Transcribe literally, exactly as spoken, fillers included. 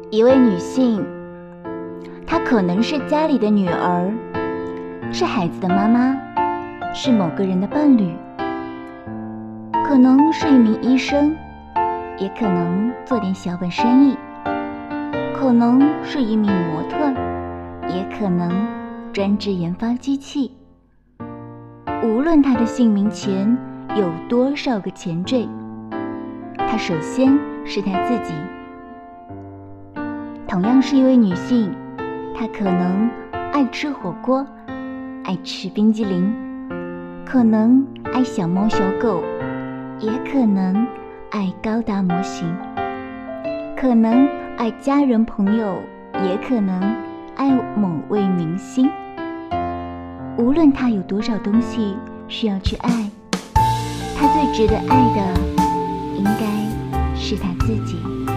一位女性，她可能是家里的女儿，是孩子的妈妈，是某个人的伴侣，可能是一名医生，也可能做点小本生意，可能是一名模特，也可能专职研发机器。无论她的姓名前有多少个前缀，她首先是她自己。同样是一位女性，她可能爱吃火锅，爱吃冰激凌，可能爱小猫小狗，也可能爱高达模型，可能爱家人朋友，也可能爱某位明星。无论她有多少东西需要去爱，她最值得爱的应该是她自己。